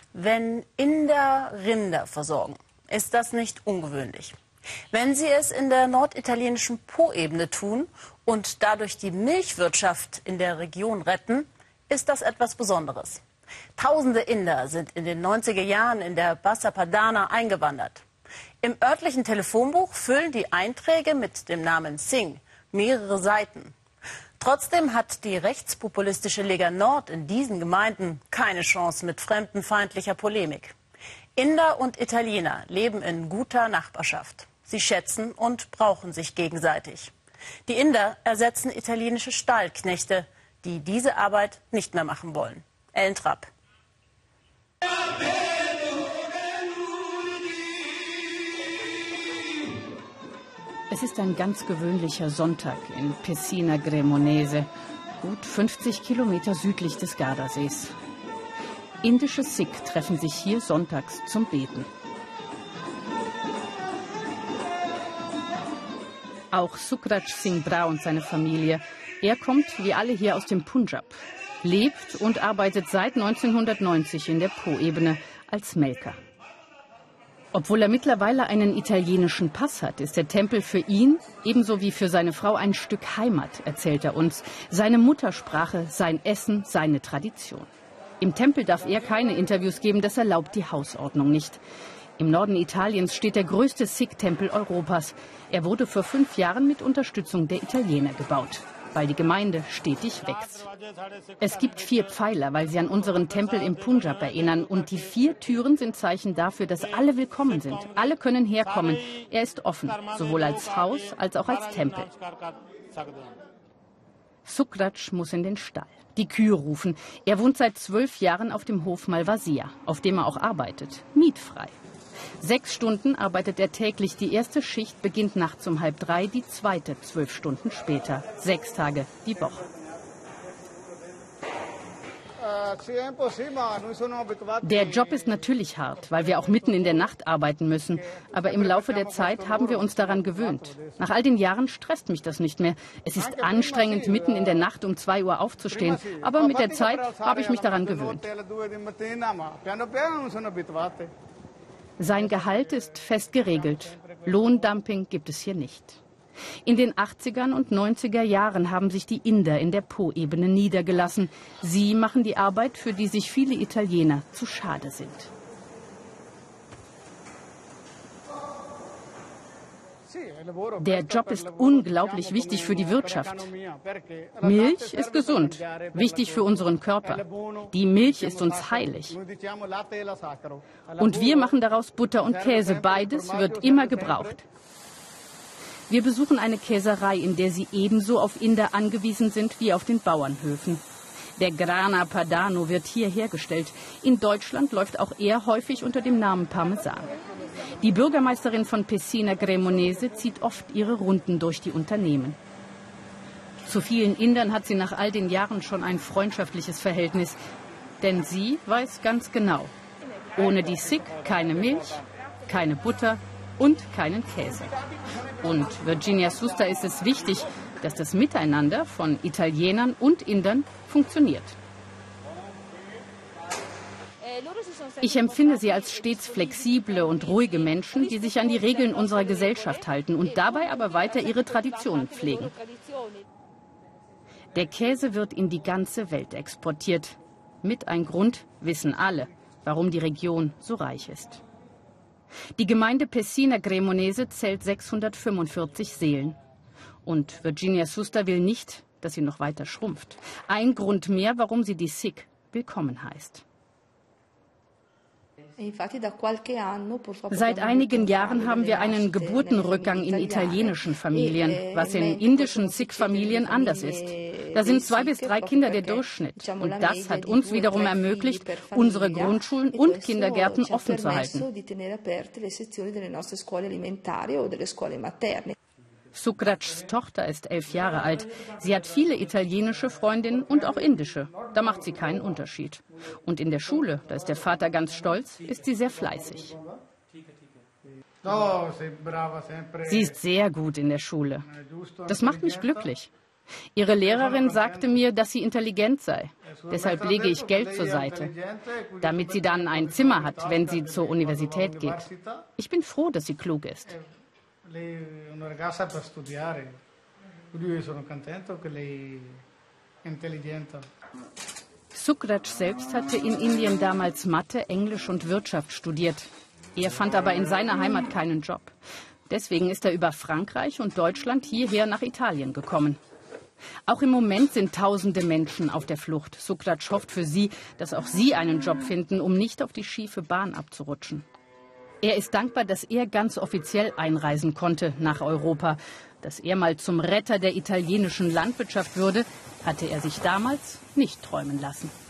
Wenn Inder Rinder versorgen, ist das nicht ungewöhnlich. Wenn sie es in der norditalienischen Po-Ebene tun und dadurch die Milchwirtschaft in der Region retten, ist das etwas Besonderes. Tausende Inder sind in den 90er Jahren in der Bassa Padana eingewandert. Im örtlichen Telefonbuch füllen die Einträge mit dem Namen Singh mehrere Seiten. Trotzdem hat die rechtspopulistische Lega Nord in diesen Gemeinden keine Chance mit fremdenfeindlicher Polemik. Inder und Italiener leben in guter Nachbarschaft. Sie schätzen und brauchen sich gegenseitig. Die Inder ersetzen italienische Stallknechte, die diese Arbeit nicht mehr machen wollen. Ellen Trapp. Es ist ein ganz gewöhnlicher Sonntag in Pessina Cremonese, gut 50 Kilometer südlich des Gardasees. Indische Sikh treffen sich hier sonntags zum Beten. Auch Sukraj Singh Bra und seine Familie. Er kommt, wie alle hier, aus dem Punjab, lebt und arbeitet seit 1990 in der Po-Ebene als Melker. Obwohl er mittlerweile einen italienischen Pass hat, ist der Tempel für ihn, ebenso wie für seine Frau, ein Stück Heimat, erzählt er uns. Seine Muttersprache, sein Essen, seine Tradition. Im Tempel darf er keine Interviews geben, das erlaubt die Hausordnung nicht. Im Norden Italiens steht der größte Sikh-Tempel Europas. Er wurde vor 5 Jahren mit Unterstützung der Italiener gebaut, weil die Gemeinde stetig wächst. Es gibt 4 Pfeiler, weil sie an unseren Tempel im Punjab erinnern. Und die 4 Türen sind Zeichen dafür, dass alle willkommen sind. Alle können herkommen. Er ist offen, sowohl als Haus als auch als Tempel. Sukraj muss in den Stall. Die Kühe rufen. Er wohnt seit 12 Jahren auf dem Hof Malvasia, auf dem er auch arbeitet, mietfrei. 6 Stunden arbeitet er täglich. Die erste Schicht beginnt nachts um 2:30, die zweite 12 Stunden später. 6 Tage die Woche. Der Job ist natürlich hart, weil wir auch mitten in der Nacht arbeiten müssen. Aber im Laufe der Zeit haben wir uns daran gewöhnt. Nach all den Jahren stresst mich das nicht mehr. Es ist anstrengend, mitten in der Nacht um 2 Uhr aufzustehen. Aber mit der Zeit habe ich mich daran gewöhnt. Sein Gehalt ist fest geregelt. Lohndumping gibt es hier nicht. In den 80er und 90er Jahren haben sich die Inder in der Po-Ebene niedergelassen. Sie machen die Arbeit, für die sich viele Italiener zu schade sind. Der Job ist unglaublich wichtig für die Wirtschaft. Milch ist gesund, wichtig für unseren Körper. Die Milch ist uns heilig. Und wir machen daraus Butter und Käse. Beides wird immer gebraucht. Wir besuchen eine Käserei, in der sie ebenso auf Inder angewiesen sind wie auf den Bauernhöfen. Der Grana Padano wird hier hergestellt. In Deutschland läuft auch er häufig unter dem Namen Parmesan. Die Bürgermeisterin von Pessina Cremonese zieht oft ihre Runden durch die Unternehmen. Zu vielen Indern hat sie nach all den Jahren schon ein freundschaftliches Verhältnis. Denn sie weiß ganz genau, ohne die Sikh keine Milch, keine Butter und keinen Käse. Und Virginia Susta ist es wichtig, dass das Miteinander von Italienern und Indern funktioniert. Ich empfinde sie als stets flexible und ruhige Menschen, die sich an die Regeln unserer Gesellschaft halten und dabei aber weiter ihre Traditionen pflegen. Der Käse wird in die ganze Welt exportiert. Mit ein Grund wissen alle, warum die Region so reich ist. Die Gemeinde Pessina Cremonese zählt 645 Seelen. Und Virginia Susta will nicht, dass sie noch weiter schrumpft. Ein Grund mehr, warum sie die Sikh willkommen heißt. Seit einigen Jahren haben wir einen Geburtenrückgang in italienischen Familien, was in indischen Sikh-Familien anders ist. Da sind 2 bis 3 Kinder der Durchschnitt. Und das hat uns wiederum ermöglicht, unsere Grundschulen und Kindergärten offen zu halten. Sukrajs Tochter ist 11 Jahre alt. Sie hat viele italienische Freundinnen und auch indische. Da macht sie keinen Unterschied. Und in der Schule, da ist der Vater ganz stolz, ist sie sehr fleißig. Sie ist sehr gut in der Schule. Das macht mich glücklich. Ihre Lehrerin sagte mir, dass sie intelligent sei. Deshalb lege ich Geld zur Seite, damit sie dann ein Zimmer hat, wenn sie zur Universität geht. Ich bin froh, dass sie klug ist. Sukhraj selbst hatte in Indien damals Mathe, Englisch und Wirtschaft studiert. Er fand aber in seiner Heimat keinen Job. Deswegen ist er über Frankreich und Deutschland hierher nach Italien gekommen. Auch im Moment sind tausende Menschen auf der Flucht. Sukhraj hofft für sie, dass auch sie einen Job finden, um nicht auf die schiefe Bahn abzurutschen. Er ist dankbar, dass er ganz offiziell einreisen konnte nach Europa. Dass er mal zum Retter der italienischen Landwirtschaft würde, hatte er sich damals nicht träumen lassen.